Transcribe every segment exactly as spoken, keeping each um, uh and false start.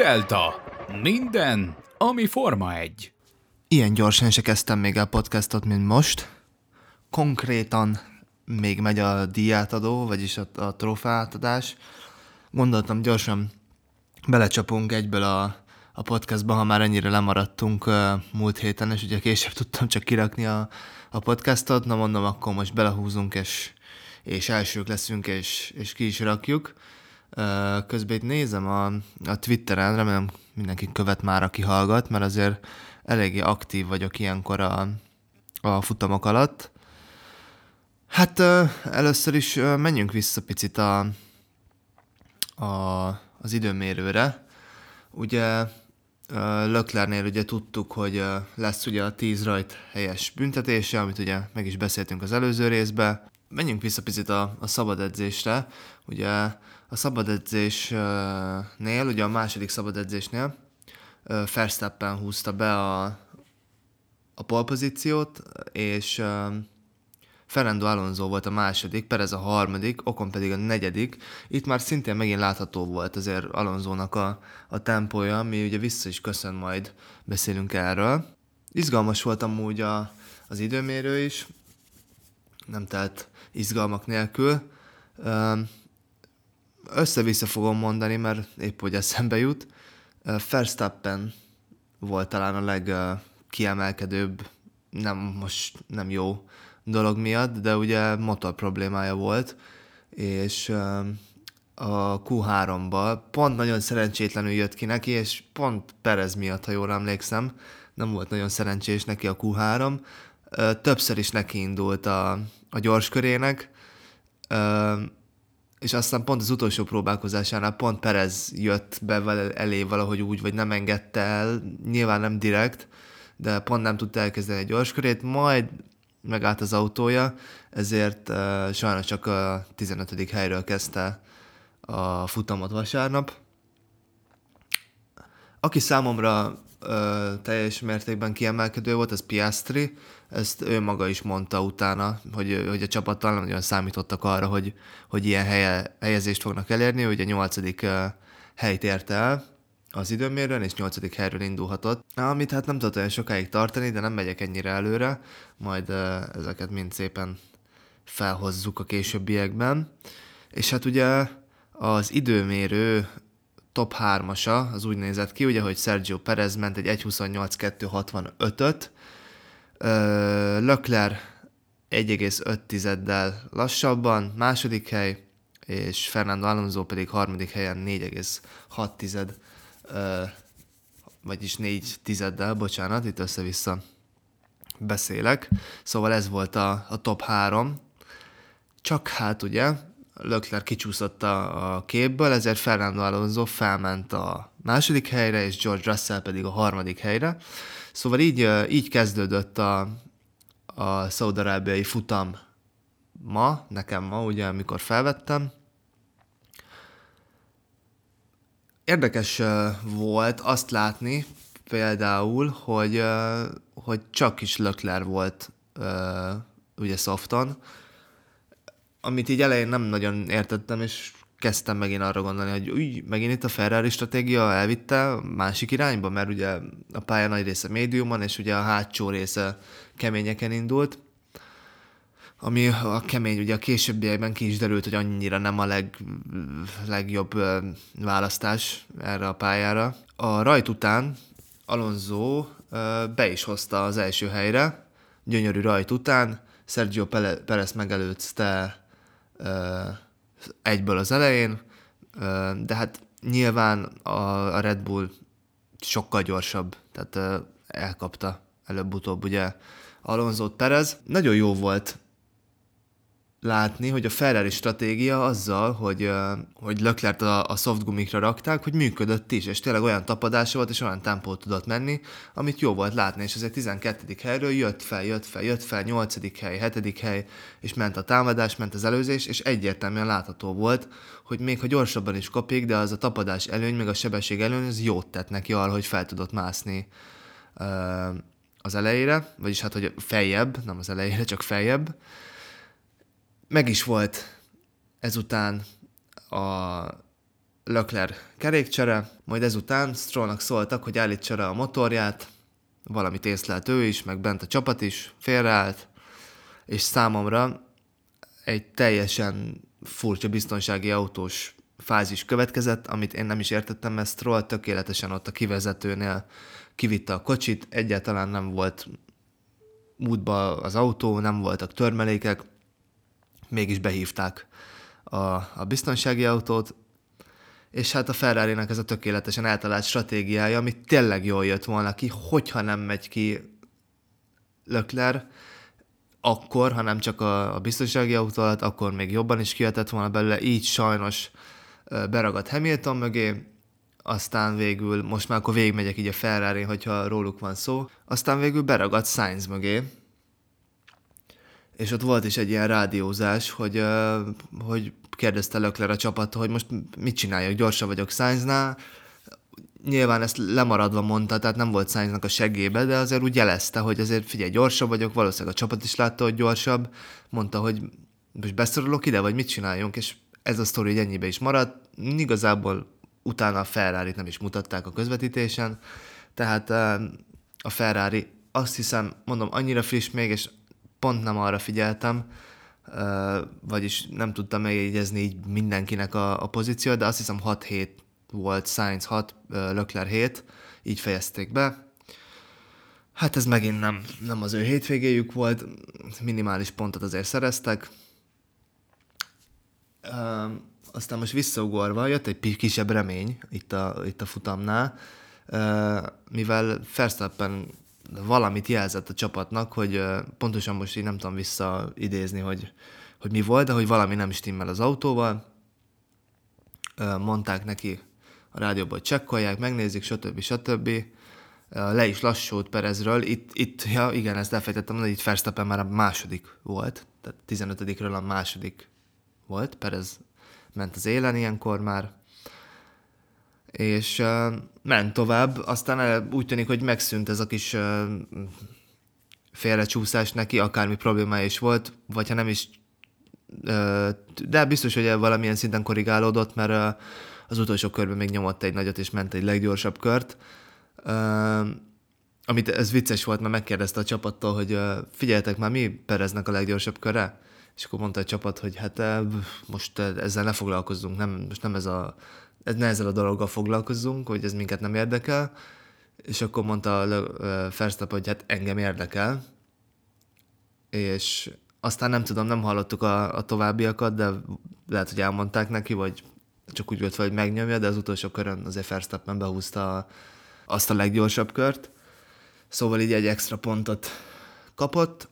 Delta. Minden, ami Forma egy. Ilyen gyorsan se kezdtem még el podcastot, mint most. Konkrétan még megy a díjátadó, vagyis a, a trófeátadás. Gondoltam, gyorsan belecsapunk egyből a, a podcastba, ha már ennyire lemaradtunk uh, múlt héten, és ugye később tudtam csak kirakni a, a podcastot. Na mondom, akkor most belehúzunk, és, és elsők leszünk, és, és ki is rakjuk. Uh, közben itt nézem a, a Twitteren, remélem mindenki követ már, aki hallgat, mert azért eléggé aktív vagyok ilyenkor a, a futamok alatt. Hát uh, először is uh, menjünk vissza picit a, a, az időmérőre. Ugye uh, Leclercnél ugye tudtuk, hogy uh, lesz ugye a tíz rajt helyes büntetése, amit ugye meg is beszéltünk az előző részben. Menjünk vissza picit a, a szabad edzésre. Ugye a szabad edzésnél, ugye a második szabad edzésnél uh, Verstappen húzta be a, a pole pozíciót, és uh, Fernando Alonso volt a második, Perez a harmadik, Ocon pedig a negyedik. Itt már szintén megint látható volt azért Alonsónak a, a tempója, ami ugye vissza is köszön, majd beszélünk erről. Izgalmas volt amúgy a, az időmérő is, nem telt izgalmak nélkül. Össze-vissza fogom mondani, mert épp hogy eszembe jut. Verstappen volt talán a legkiemelkedőbb, nem most nem jó dolog miatt, de ugye motor problémája volt, és a kú háromba pont nagyon szerencsétlenül jött ki neki, és pont Perez miatt, ha jól emlékszem, nem volt nagyon szerencsés neki a kú három. Többször is neki indult a, a gyorskörének, és aztán pont az utolsó próbálkozásánál pont Perez jött be elé valahogy úgy, vagy nem engedte el, nyilván nem direkt, de pont nem tudta elkezdeni a gyorskörét, majd megállt az autója, ezért uh, sajnos csak a tizenötödik helyről kezdte a futamot vasárnap. Aki számomra uh, teljes mértékben kiemelkedő volt, az Piastri. Ezt ő maga is mondta utána, hogy, hogy a csapattal nem nagyon számítottak arra, hogy, hogy ilyen helye, helyezést fognak elérni. Ugye nyolcadik uh, helyt érte el az időmérőn, és nyolcadik helyről indulhatott. Amit hát nem tudott olyan sokáig tartani, de nem megyek ennyire előre, majd uh, ezeket mind szépen felhozzuk a későbbiekben. És hát ugye az időmérő top hármasa az úgy nézett ki, ugye, hogy Sergio Perez ment egy egy huszonnyolc kettő hatvanötöt, uh, Leclerc egy egész öt tizeddel lassabban, második hely, és Fernando Alonso pedig harmadik helyen négy egész hat tized, uh, vagyis négy tizeddel, bocsánat, itt össze-vissza beszélek. Szóval ez volt a, a top három. Csak hát ugye Leclerc kicsúszott a, a képből, ezért Fernando Alonso felment a második helyre, és George Russell pedig a harmadik helyre. Szóval így, így kezdődött a, a szaúd-arábiai futam ma, nekem ma, ugye, amikor felvettem. Érdekes volt azt látni például, hogy, hogy csak is Leclerc volt ugye softon, amit így elején nem nagyon értettem, és kezdtem megint arra gondolni, hogy új, megint itt a Ferrari stratégia elvitte másik irányba, mert ugye a pálya nagy része médiumon, és ugye a hátsó része keményeken indult, ami a kemény ugye a későbbiekben ki is derült, hogy annyira nem a leg, legjobb választás erre a pályára. A rajt után Alonso be is hozta az első helyre, gyönyörű rajt után, Sergio Perez megelőzte egyből az elején, de hát nyilván a Red Bull sokkal gyorsabb, tehát elkapta előbb-utóbb ugye Alonsót Perez. Nagyon jó volt látni, hogy a Ferrari stratégia azzal, hogy, hogy Leclerc a, a softgumikra rakták, hogy működött is, és tényleg olyan tapadása volt, és olyan tempót tudott menni, amit jó volt látni, és azért tizenkettedik helyről jött fel, jött fel, jött fel, nyolcadik hely, hetedik hely, és ment a támadás, ment az előzés, és egyértelműen látható volt, hogy még ha gyorsabban is kopik, de az a tapadás előny, meg a sebesség előny, az jót tett neki arra, hogy fel tudott mászni az elejére, vagyis hát, hogy feljebb, nem az elejére, csak feljebb. Meg is volt ezután a Leclerc kerékcsere, majd ezután Strollnak szóltak, hogy állítsa rá a motorját, valamit észlelt ő is, meg bent a csapat is, félreállt, és számomra egy teljesen furcsa biztonsági autós fázis következett, amit én nem is értettem, mert Stroll tökéletesen ott a kivezetőnél kivitte a kocsit, egyáltalán nem volt útba az autó, nem voltak törmelékek, mégis behívták a, a biztonsági autót, és hát a Ferrarinak ez a tökéletesen eltalált stratégiája, ami tényleg jól jött volna ki, hogyha nem megy ki Leclerc, akkor, ha nem csak a, a biztonsági autó alatt, akkor még jobban is kijöhetett volna belőle, így sajnos beragadt Hamilton mögé, aztán végül, most már akkor végigmegyek így a Ferrari, hogyha róluk van szó, aztán végül beragadt Sainz mögé, és ott volt is egy ilyen rádiózás, hogy, hogy kérdezte Leclerc a csapat, hogy most mit csináljak, gyorsan vagyok Sainznál. Nyilván ezt lemaradva mondta, tehát nem volt Sainznak a seggébe, de azért úgy jelezte, hogy azért figyelj, gyorsabb vagyok, valószínűleg a csapat is látta, hogy gyorsabb. Mondta, hogy most beszorulok ide, vagy mit csináljunk, és ez a sztori ennyibe is maradt. Igazából utána a Ferrarit nem is mutatták a közvetítésen, tehát a Ferrari, azt hiszem, mondom, annyira friss még, és pont nem arra figyeltem, vagyis nem tudtam megjegyezni így mindenkinek a, a pozíciót, de azt hiszem hat hét volt, Sainz hat, Leclerc hét, így fejezték be. Hát ez megint nem, nem az ő hétvégéjük volt, minimális pontot azért szereztek. Aztán most visszaugorva jött egy kisebb remény itt a, itt a futamnál, mivel Verstappen valamit jelzett a csapatnak, hogy pontosan most így nem tudom visszaidézni, hogy, hogy mi volt, de hogy valami nem stimmel az autóval. Mondták neki a rádióban, hogy csekkolják, megnézik, stb. stb. Le is lassult Perezről. Itt, itt ja igen, ezt elfejtettem mondani, itt Verstappen már a második volt, tehát tizenötödikről a második volt, Perez ment az élen ilyenkor már, és uh, ment tovább, aztán úgy tűnik, hogy megszűnt ez a kis uh, félrecsúszás neki, akármi problémája is volt, vagy ha nem is, uh, de biztos, hogy valamilyen szinten korrigálódott, mert uh, az utolsó körben még nyomott egy nagyot, és ment egy leggyorsabb kört. Uh, amit ez vicces volt, mert megkérdezte a csapattól, hogy uh, figyeljetek már, mi Pereznek a leggyorsabb köre? És akkor mondta a csapat, hogy hát uh, most uh, ezzel ne foglalkozzunk, nem, most nem ez a ne ezzel a dologgal foglalkozzunk, hogy ez minket nem érdekel, és akkor mondta Verstappen, hogy hát engem érdekel, és aztán nem tudom, nem hallottuk a, a továbbiakat, de lehet, hogy elmondták neki, vagy csak úgy volt fel, hogy megnyomja, de az utolsó körön azért Verstappen behúzta a, azt a leggyorsabb kört, szóval így egy extra pontot kapott.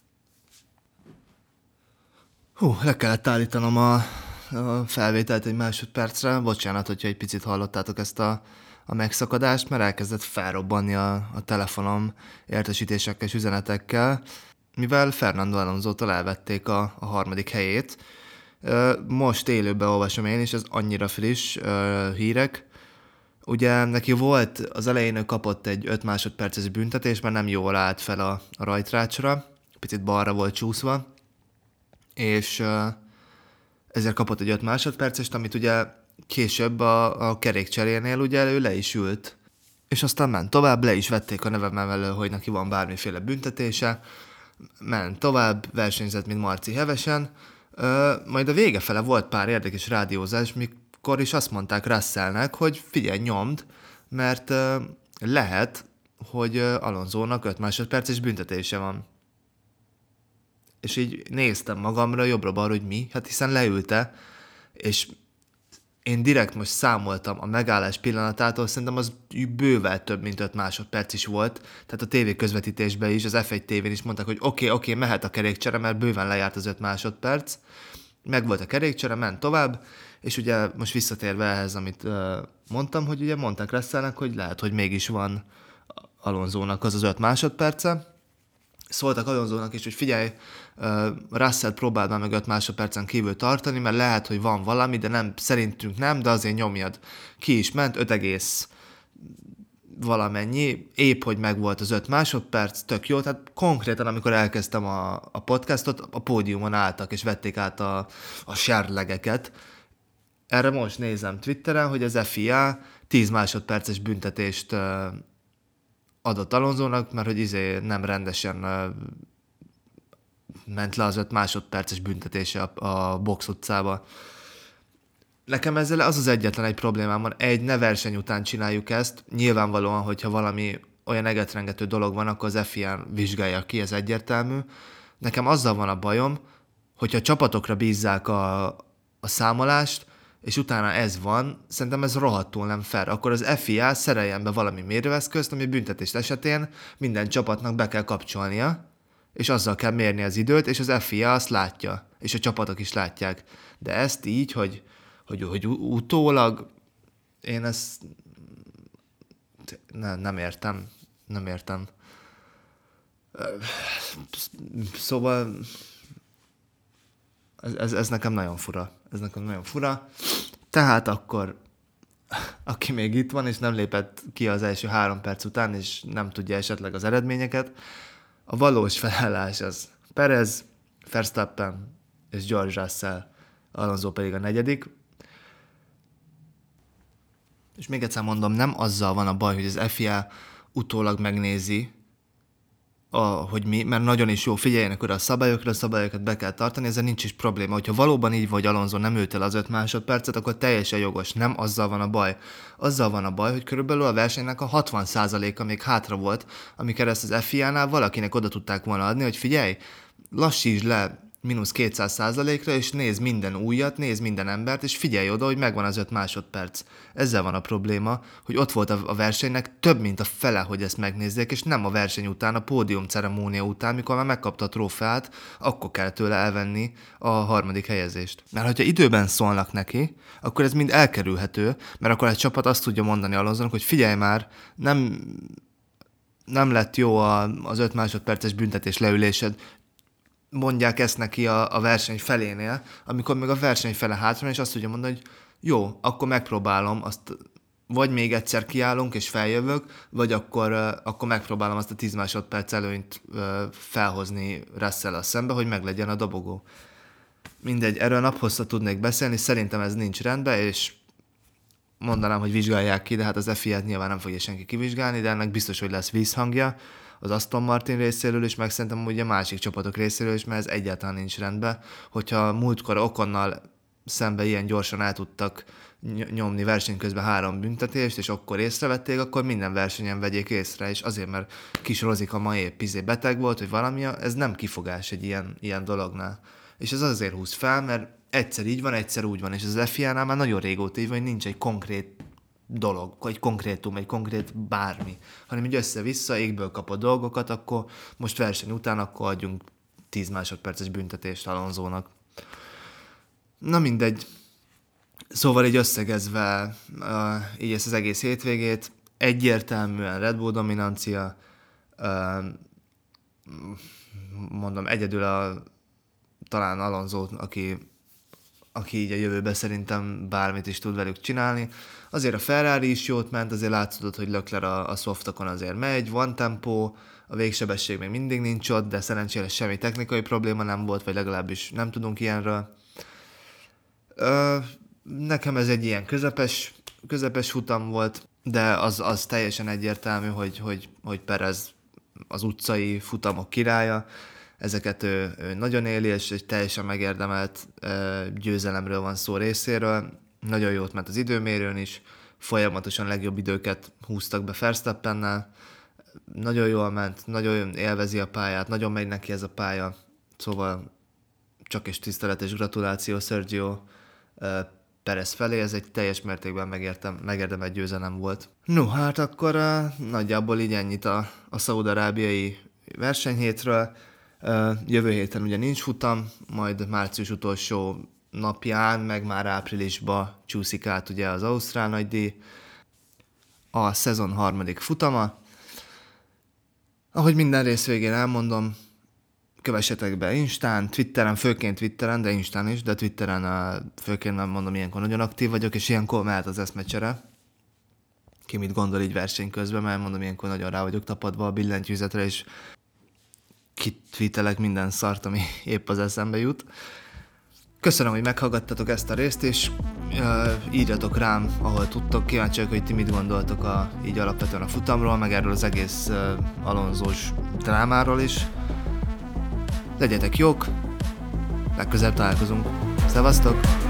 Hú, le kellett állítanom a a felvételt egy másodpercre. Bocsánat, hogyha egy picit hallottátok ezt a, a megszakadást, mert elkezdett felrobbanni a, a telefonom értesítésekkel és üzenetekkel, mivel Fernando Alonso-tól elvették a, a harmadik helyét. Most élőben olvasom én is, ez annyira friss hírek. Ugye neki volt, az elején ő kapott egy öt másodperces büntetés, mert nem jól állt fel a, a rajtrácsra, picit balra volt csúszva, és ezért kapott egy öt másodpercest, amit ugye később a, a kerékcserénél ugye ő le is ült. És aztán ment tovább, le is vették a nevem elől, hogy neki van bármiféle büntetése. Ment tovább, versenyzett, mint Marci hevesen. Ö, majd a vége fele volt pár érdekes rádiózás, mikor is azt mondták Russellnek, hogy figyelj, nyomd, mert ö, lehet, hogy Alonsónak öt másodperces büntetése van. És így néztem magamra jobbra-balra, hogy mi, hát hiszen leülte, és én direkt most számoltam a megállás pillanatától, szerintem az bővel több, mint öt másodperc is volt, tehát a tévé közvetítésben is, az ef egy tévén is mondták, hogy oké, okay, oké, okay, mehet a kerékcsere, mert bőven lejárt az öt másodperc, meg volt a kerékcsere, ment tovább, és ugye most visszatérve ehhez, amit uh, mondtam, hogy ugye mondták Russellnek, hogy lehet, hogy mégis van Alonsónak az az öt másodperce. Szóltak Alonsónak is, hogy figyelj, uh, Russell próbáld már meg öt másodpercen kívül tartani, mert lehet, hogy van valami, de nem, szerintünk nem, de azért nyomjad. Ki is ment, öt egész valamennyi, épp hogy megvolt az öt másodperc, tök jó, tehát konkrétan, amikor elkezdtem a, a podcastot, a pódiumon álltak, és vették át a, a serlegeket, erre most nézem Twitteren, hogy az ef i á tíz másodperces büntetést uh, adott Alonsónak, mert hogy izé nem rendesen uh, ment le az öt másodperces büntetése a, a box utcába. Nekem ezzel az az egyetlen egy problémám van, egy, ne verseny után csináljuk ezt, nyilvánvalóan, hogyha valami olyan egetrengető dolog van, akkor az ef i á vizsgálja ki, ez egyértelmű. Nekem azzal van a bajom, hogyha csapatokra bízzák a, a számolást, és utána ez van, szerintem ez rohadtul nem fair. Akkor az ef i á szereljen be valami mérőeszközt, ami büntetés esetén minden csapatnak be kell kapcsolnia, és azzal kell mérni az időt, és az ef i á azt látja, és a csapatok is látják. De ezt így, hogy, hogy, hogy utólag, én ezt ne, nem értem, nem értem. Szóval ez, ez, ez nekem nagyon fura. Ez nekem nagyon fura. Tehát akkor, aki még itt van, és nem lépett ki az első három perc után, és nem tudja esetleg az eredményeket, a valós felállás az Perez, Verstappen és George Russell, Alonso pedig a negyedik. És még egyszer mondom, nem azzal van a baj, hogy az ef i á utólag megnézi, a, hogy mi, mert nagyon is jó, figyeljenek oda a szabályokra, a szabályokat be kell tartani, ezzel nincs is probléma. Hogyha valóban így vagy Alonso nem ült el az öt másodpercet, akkor teljesen jogos, nem azzal van a baj. Azzal van a baj, hogy körülbelül a versenynek a hatvan százaléka még hátra volt, amikor ezt az ef i á-nál valakinek oda tudták volna adni, hogy figyelj, lassítsd le mínusz kétszáz százalékra, és nézd minden újat, nézd minden embert, és figyelj oda, hogy megvan az öt másodperc. Ezzel van a probléma, hogy ott volt a versenynek több, mint a fele, hogy ezt megnézzék, és nem a verseny után, a pódium ceremónia után, mikor már megkapta a trófeát, akkor kell tőle elvenni a harmadik helyezést. Mert hogyha időben szólnak neki, akkor ez mind elkerülhető, mert akkor egy csapat azt tudja mondani Alonsónak, hogy figyelj már, nem, nem lett jó a, az öt másodperces büntetés leülésed, mondják ezt neki a, a verseny felénél, amikor még a verseny fele hátra van, és azt tudja mondani, hogy jó, akkor megpróbálom, azt vagy még egyszer kiállunk és feljövök, vagy akkor, akkor megpróbálom azt a tíz másodperc előnyt felhozni Russell-el szembe, hogy meglegyen a dobogó. Mindegy, erről naphosszat tudnék beszélni, szerintem ez nincs rendben, és mondanám, hogy vizsgálják ki, de hát az ef i á-t nyilván nem fogja senki kivizsgálni, de ennek biztos, hogy lesz vízhangja az Aston Martin részéről is, meg szerintem ugye a másik csapatok részéről is, mert ez egyáltalán nincs rendben. Hogyha múltkor Oconnal szembe ilyen gyorsan el tudtak nyomni verseny közben három büntetést, és akkor észrevették, akkor minden versenyen vegyék észre, és azért, mert kis Rozika ma épp izé beteg volt, hogy valami, ez nem kifogás egy ilyen, ilyen dolognál. És ez azért húz fel, mert egyszer így van, egyszer úgy van, és az ef i á-nál már nagyon régóta így van, hogy nincs egy konkrét dolog, egy konkrétum, egy konkrét bármi, hanem így össze-vissza, égből kapott dolgokat, akkor most verseny után akkor adjunk tíz másodperces büntetést Alonsónak. Na mindegy. Szóval így összegezve uh, így ezt az egész hétvégét, egyértelműen Red Bull dominancia, uh, mondom, egyedül a, talán Alonso, aki, aki így a jövőben szerintem bármit is tud velük csinálni. Azért a Ferrari is jót ment, azért látszódott, hogy Leclerc a, a softokon azért megy, van tempó, a végsebesség még mindig nincs ott, de szerencsére semmi technikai probléma nem volt, vagy legalábbis nem tudunk ilyenről. Ö, nekem ez egy ilyen közepes, közepes futam volt, de az, az teljesen egyértelmű, hogy, hogy, hogy Perez az utcai futamok királya, ezeket ő, ő nagyon éli, és egy teljesen megérdemelt ö, győzelemről van szó részéről. Nagyon jót ment az időmérőn is, folyamatosan legjobb időket húztak be Verstappennel, nagyon jól ment, nagyon élvezi a pályát, nagyon megy neki ez a pálya, szóval csak és tisztelet és gratuláció Sergio uh, Perez felé, ez egy teljes mértékben megértem, megérdemelt győzelem volt. No, hát akkor uh, nagyjából így ennyit a, a szaúd-arábiai versenyhétről. Uh, jövő héten ugye nincs futam, majd március utolsó napján, meg már áprilisba csúszik át ugye az Ausztrál nagydíj, a szezon harmadik futama. Ahogy minden rész végén elmondom, kövessetek be Instán, Twitteren, főként Twitteren, de Instán is, de Twitteren főként nem mondom, ilyenkor nagyon aktív vagyok, és ilyenkor mehet az eszmecsere. Ki mit gondol így verseny közben, mert mondom, ilyenkor nagyon rá vagyok tapadva a billentyűzetre, és kitweetelek minden szart, ami épp az eszembe jut. Köszönöm, hogy meghallgattatok ezt a részt, és uh, írjatok rám, ahol tudtok. Kíváncsi vagyok, hogy ti mit gondoltok a, így alapvetően a futamról, meg erről az egész uh, Alonsós drámáról is. Legyetek jók, legközelebb találkozunk. Szevasztok!